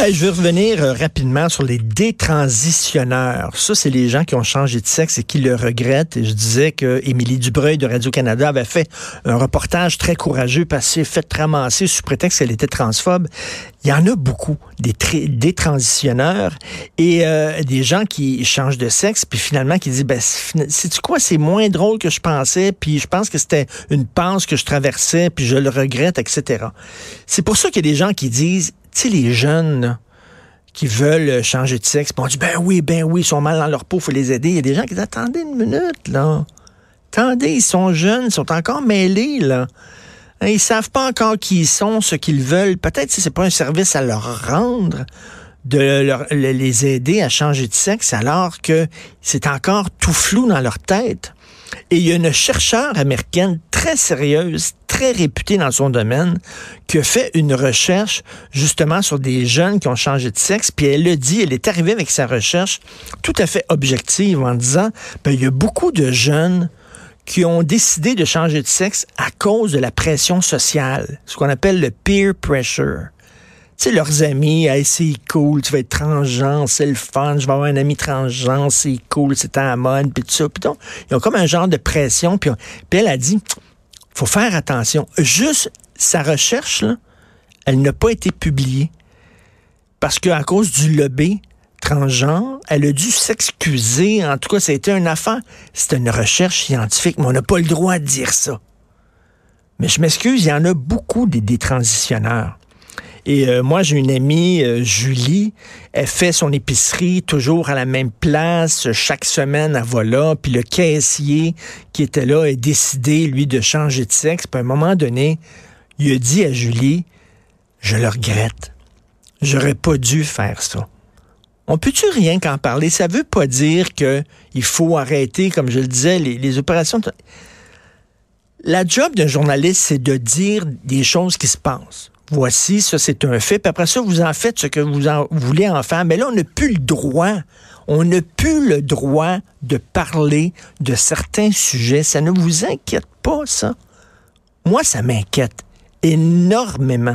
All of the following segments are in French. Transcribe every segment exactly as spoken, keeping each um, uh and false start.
Hey, je veux revenir euh, rapidement sur les détransitionneurs. Ça, c'est les gens qui ont changé de sexe et qui le regrettent. Et je disais que Émilie Dubreuil de Radio-Canada avait fait un reportage très courageux parce qu'elle s'est fait ramasser sous prétexte qu'elle était transphobe. Il y en a beaucoup, des tra- détransitionneurs et euh, des gens qui changent de sexe puis finalement qui disent, ben, sais-tu quoi, c'est moins drôle que je pensais puis je pense que c'était une passe que je traversais puis je le regrette, et cetera. C'est pour ça qu'il y a des gens qui disent, tu sais, les jeunes là, qui veulent changer de sexe, puis on dit, ben oui, ben oui, ils sont mal dans leur peau, il faut les aider. Il y a des gens qui disent, attendez une minute, là. Attendez, ils sont jeunes, ils sont encore mêlés, là. Hein, ils savent pas encore qui ils sont, ce qu'ils veulent. Peut-être si c'est pas un service à leur rendre de leur, les aider à changer de sexe alors que c'est encore tout flou dans leur tête. Et il y a une chercheure américaine très sérieuse, très réputée dans son domaine, qui a fait une recherche justement sur des jeunes qui ont changé de sexe, puis elle le dit, elle est arrivée avec sa recherche tout à fait objective en disant, ben, il y a beaucoup de jeunes qui ont décidé de changer de sexe à cause de la pression sociale, ce qu'on appelle le peer pressure. Tu sais, leurs amis, hey, c'est cool, tu vas être transgenre, c'est le fun, je vais avoir un ami transgenre, c'est cool, c'est à la mode, puis tout ça. Puis donc, ils ont comme un genre de pression, puis, puis elle a dit, faut faire attention. Juste sa recherche, là, elle n'a pas été publiée. Parce qu'à cause du lobby transgenre, elle a dû s'excuser. En tout cas, ça a été une affaire. C'était une recherche scientifique, mais on n'a pas le droit de dire ça. Mais je m'excuse, il y en a beaucoup des détransitionneurs. Et euh, moi, j'ai une amie, euh, Julie, elle fait son épicerie toujours à la même place. Chaque semaine, elle va là. Puis le caissier qui était là a décidé, lui, de changer de sexe. Puis à un moment donné, il a dit à Julie, « Je le regrette. J'aurais pas dû faire ça. » On peut-tu rien qu'en parler? Ça veut pas dire que il faut arrêter, comme je le disais, les, les opérations... La job d'un journaliste, c'est de dire des choses qui se passent. Voici, ça c'est un fait. Puis après ça, vous en faites ce que vous, en, vous voulez en faire. Mais là, on n'a plus le droit. On n'a plus le droit de parler de certains sujets. Ça ne vous inquiète pas, ça? Moi, ça m'inquiète énormément.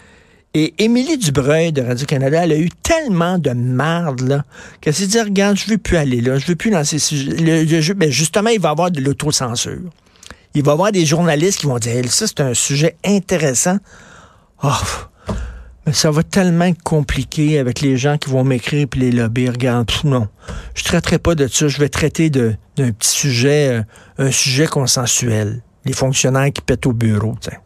Et Émilie Dubreuil de Radio-Canada, elle a eu tellement de marde, là, qu'elle s'est dit, regarde, je veux plus aller là, je veux plus dans ces sujets. Le, le jeu, ben justement, il va y avoir de l'autocensure. Il va y avoir des journalistes qui vont dire, hey, ça, c'est un sujet intéressant. Oh, mais ça va tellement être compliqué avec les gens qui vont m'écrire puis les lobbies. Regarde, pff, non, je ne traiterai pas de ça. Je vais traiter de, d'un petit sujet, euh, un sujet consensuel. Les fonctionnaires qui pètent au bureau, tu sais.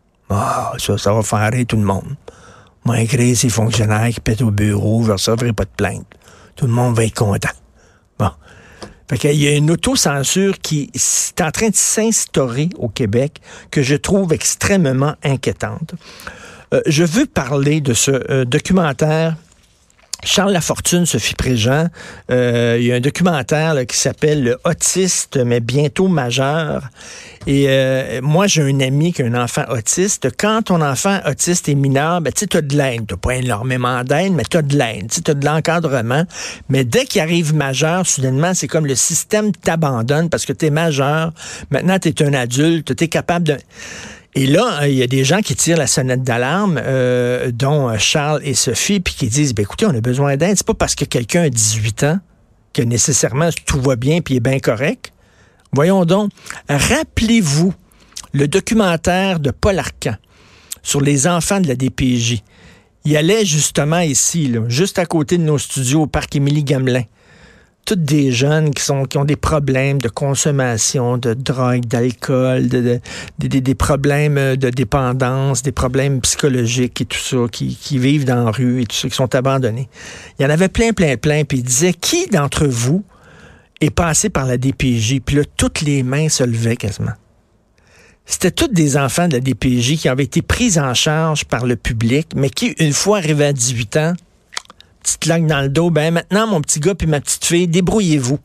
Ah, ça, ça va faire rire tout le monde. Moi, écrire ces fonctionnaires qui pètent au bureau, vers ça, je ferai pas de plainte. Tout le monde va être content. Bon. Fait qu'il y a une autocensure qui est en train de s'instaurer au Québec que je trouve extrêmement inquiétante. Euh, je veux parler de ce euh, documentaire. Charles Lafortune, Sophie Préjean, euh, il y a un documentaire là, qui s'appelle « Autiste, mais bientôt majeur ». Et euh, moi, j'ai un ami qui a un enfant autiste. Quand ton enfant autiste est mineur, ben, tu as de l'aide. Tu n'as pas énormément d'aide, mais tu as de l'aide. Tu as de l'encadrement. Mais dès qu'il arrive majeur, soudainement, c'est comme le système t'abandonne parce que tu es majeur. Maintenant, tu es un adulte. Tu es capable de... Et là, il y a des gens qui tirent la sonnette d'alarme, euh, dont Charles et Sophie, puis qui disent, ben écoutez, on a besoin d'aide. C'est pas parce que quelqu'un a dix-huit ans que nécessairement tout va bien puis est bien correct. Voyons donc, rappelez-vous le documentaire de Paul Arcand sur les enfants de la D P J. Il allait justement ici, là, juste à côté de nos studios au parc Émilie-Gamelin. Toutes des jeunes qui sont qui ont des problèmes de consommation, de drogue, d'alcool, de, de, de, de, des problèmes de dépendance, des problèmes psychologiques et tout ça, qui, qui vivent dans la rue et tout ça, qui sont abandonnés. Il y en avait plein, plein, plein. Puis il disait, qui d'entre vous est passé par la D P J? Puis là, toutes les mains se levaient quasiment. C'était tous des enfants de la D P J qui avaient été pris en charge par le public, mais qui, une fois arrivés à dix-huit ans, petite claque dans le dos, ben maintenant, mon petit gars puis ma petite fille, débrouillez-vous.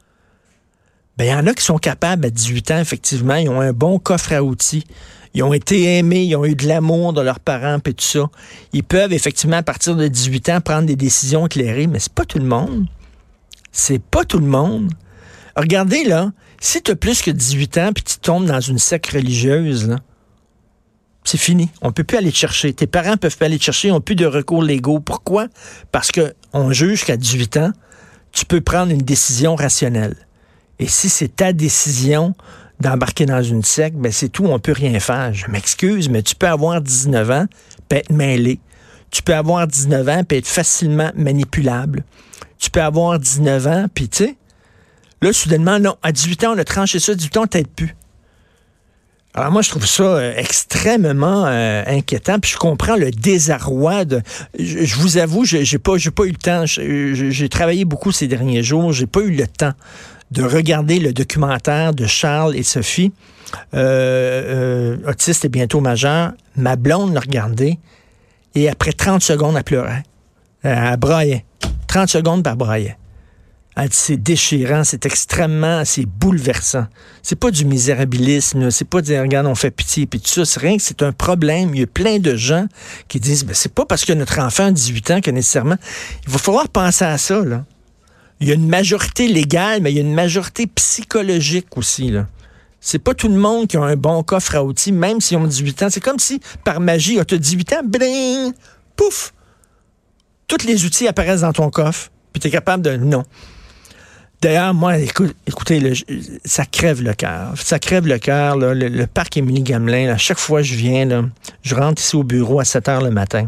Ben, il y en a qui sont capables à dix-huit ans, effectivement, ils ont un bon coffre à outils. Ils ont été aimés, ils ont eu de l'amour de leurs parents et tout ça. Ils peuvent, effectivement, à partir de dix-huit ans, prendre des décisions éclairées, mais c'est pas tout le monde. C'est pas tout le monde. Regardez, là, si tu as plus que dix-huit ans puis tu tombes dans une secte religieuse, là, C'est fini. On ne peut plus aller te chercher. Tes parents ne peuvent pas aller te chercher. Ils n'ont plus de recours légaux. Pourquoi? Parce qu'on juge qu'à dix-huit ans, tu peux prendre une décision rationnelle. Et si c'est ta décision d'embarquer dans une secte, ben c'est tout, on ne peut rien faire. Je m'excuse, mais tu peux avoir dix-neuf ans puis être mêlé. Tu peux avoir dix-neuf ans puis être facilement manipulable. Tu peux avoir dix-neuf ans, puis tu sais, là, soudainement, non, à dix-huit ans, on a tranché ça, dix-huit ans, peut-être plus. Alors moi, je trouve ça euh, extrêmement euh, inquiétant, puis je comprends le désarroi de... Je, je vous avoue, j'ai, j'ai pas, j'ai pas eu le temps, j'ai, j'ai travaillé beaucoup ces derniers jours, j'ai pas eu le temps de regarder le documentaire de Charles et Sophie, euh, euh, autistes et bientôt majeurs. Ma blonde l'a regardé, et après trente secondes, elle pleurait. Elle braillait. trente secondes, elle braillait. Elle dit, c'est déchirant, c'est extrêmement, c'est bouleversant. C'est pas du misérabilisme, c'est pas de dire, regarde, on fait pitié, puis tout ça, c'est rien que c'est un problème. Il y a plein de gens qui disent, ben, c'est pas parce que notre enfant a dix-huit ans que nécessairement, il va falloir penser à ça, là. Il y a une majorité légale, mais il y a une majorité psychologique aussi, là. C'est pas tout le monde qui a un bon coffre à outils, même s'ils ont dix-huit ans. C'est comme si, par magie, tu as dix-huit ans, bling, pouf, tous les outils apparaissent dans ton coffre, puis tu es capable de... Non. D'ailleurs, moi, écoute, écoutez, là, ça crève le cœur. Ça crève le cœur, là, le, le parc Émilie-Gamelin. Là, chaque fois que je viens, là, je rentre ici au bureau à sept heures le matin.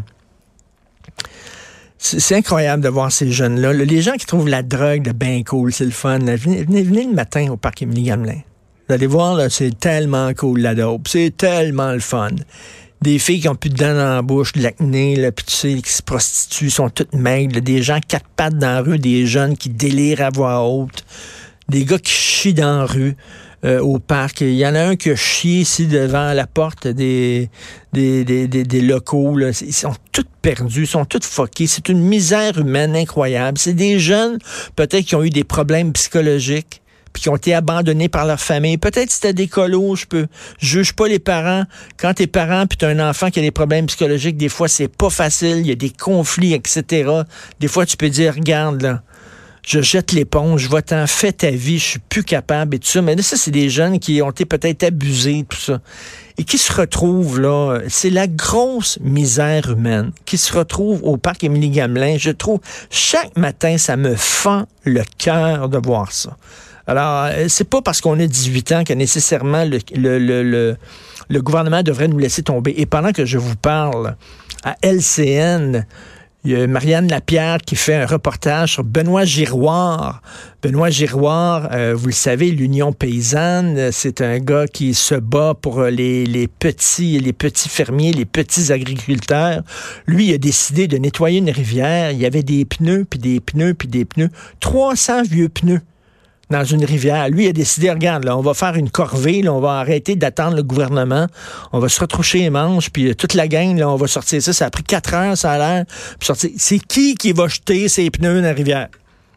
C'est, c'est incroyable de voir ces jeunes-là. Là, les gens qui trouvent la drogue de bien cool, c'est le fun. Là, venez, venez, venez le matin au parc Émilie-Gamelin. Vous allez voir, là, c'est tellement cool, la dope. C'est tellement le fun. Des filles qui ont plus de dents dans la bouche, de l'acné, là, puis tu sais, qui se prostituent, sont toutes maigres, là, des gens quatre pattes dans la rue, des jeunes qui délirent à voix haute, des gars qui chient dans la rue, euh, au parc. Il y en a un qui a chié ici devant la porte des, des, des, des, des locaux, là. Ils sont tous perdus, ils sont tous fuckés. C'est une misère humaine incroyable. C'est des jeunes, peut-être, qui ont eu des problèmes psychologiques, puis qui ont été abandonnés par leur famille. Peut-être c'était des colos, je peux. Je juge pas les parents. Quand t'es parent puis t'as un enfant qui a des problèmes psychologiques, des fois c'est pas facile, il y a des conflits, et cetera. Des fois tu peux dire, regarde là, je jette l'éponge, je vais-t'en, fais ta vie, je suis plus capable et tout ça. Mais là, ça, c'est des jeunes qui ont été peut-être abusés, tout ça. Et qui se retrouvent là, c'est la grosse misère humaine, qui se retrouve au parc Émilie-Gamelin. Je trouve, chaque matin, ça me fend le cœur de voir ça. Alors, c'est pas parce qu'on a dix-huit ans que nécessairement le, le, le, le, le gouvernement devrait nous laisser tomber. Et pendant que je vous parle, à L C N, il y a Marianne Lapierre qui fait un reportage sur Benoît Giroir. Benoît Giroir, euh, vous le savez, l'Union paysanne, c'est un gars qui se bat pour les, les petits, les petits fermiers, les petits agriculteurs. Lui, il a décidé de nettoyer une rivière. Il y avait des pneus, puis des pneus, puis des pneus. trois cents vieux pneus dans une rivière. Lui, il a décidé, regarde, là, on va faire une corvée, là, on va arrêter d'attendre le gouvernement, on va se retroucher les manches, puis euh, toute la gang, là, on va sortir ça. Ça a pris quatre heures, ça a l'air. Puis sortir. C'est qui qui va jeter ses pneus dans la rivière?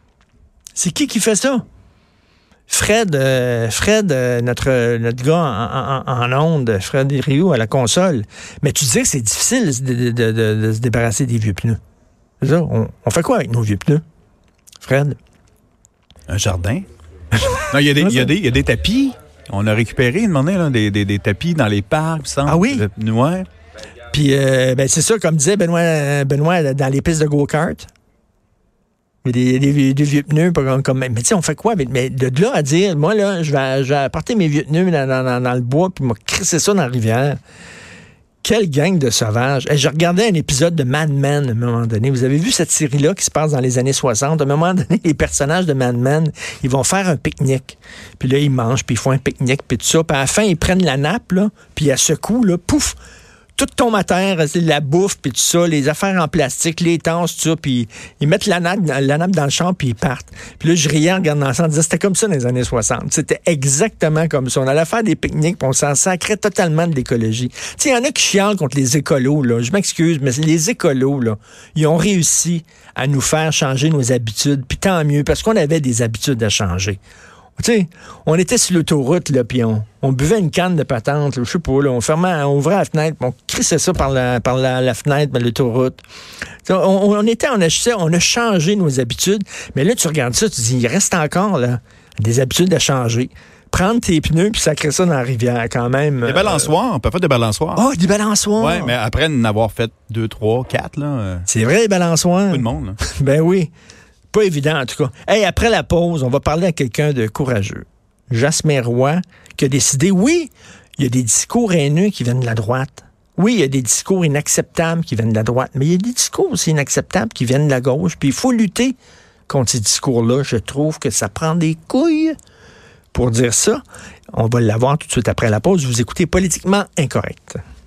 C'est qui qui fait ça? Fred, euh, Fred, euh, notre, notre gars en, en, en onde, Fred Rioux à la console. Mais tu disais que c'est difficile de, de, de, de, de se débarrasser des vieux pneus. C'est ça? On, on fait quoi avec nos vieux pneus? Fred? Un jardin? Non, il y, y, y, y a des tapis. On a récupéré, demandé, là, des, des, des tapis dans les parcs. Ah oui? Ouais. Puis, euh, ben, c'est ça, comme disait Benoît, Benoît dans les pistes de go-kart. Il y a des, des, des vieux pneus. Comme, comme, mais tu sais, on fait quoi? Mais, mais de là à dire, moi, là, je vais, je vais apporter mes vieux pneus dans, dans, dans le bois, puis m'a crissé ça dans la rivière. Quelle gang de sauvages. Hey, je regardais un épisode de Mad Men à un moment donné. Vous avez vu cette série-là qui se passe dans les années soixante? À un moment donné, les personnages de Mad Men, ils vont faire un pique-nique. Puis là, ils mangent, puis ils font un pique-nique, puis tout ça. Puis à la fin, ils prennent la nappe, là, puis à ce coup, là, pouf! Tout tombe à terre, c'est la bouffe, puis tout ça, les affaires en plastique, les tasses, tout ça, puis ils mettent la nappe, la nappe dans le champ, puis ils partent. Puis là, je riais en regardant ça, en disant, c'était comme ça dans les années soixante. C'était exactement comme ça. On allait faire des pique-niques, puis on s'en sacrait totalement de l'écologie. Tu sais, il y en a qui chialent contre les écolos, là. Je m'excuse, mais les écolos, là, ils ont réussi à nous faire changer nos habitudes, puis tant mieux, parce qu'on avait des habitudes à changer. Tu sais, on était sur l'autoroute, là, puis on, on buvait une canne de patente, là, je sais pas, là, on fermait, on ouvrait la fenêtre, puis on crissait ça par la, par la, la fenêtre de l'autoroute. On, on était, on a, on a changé nos habitudes, mais là, tu regardes ça, tu dis, il reste encore, là, des habitudes à changer. prendre tes pneus puis sacrer ça dans la rivière, quand même. Des balançoires, on peut faire des balançoires. Oh, des balançoires! Oui, mais après en avoir fait deux, trois, quatre, là. Euh, c'est vrai, les balançoires. Tout le monde, là. Ben oui. Pas évident, en tout cas. Hey, après la pause, on va parler à quelqu'un de courageux. Jasmin Roy, qui a décidé, oui, il y a des discours haineux qui viennent de la droite. Oui, il y a des discours inacceptables qui viennent de la droite, mais il y a des discours aussi inacceptables qui viennent de la gauche. Puis il faut lutter contre ces discours-là. Je trouve que ça prend des couilles pour dire ça. On va l'avoir tout de suite après la pause. Vous écoutez Politiquement Incorrect.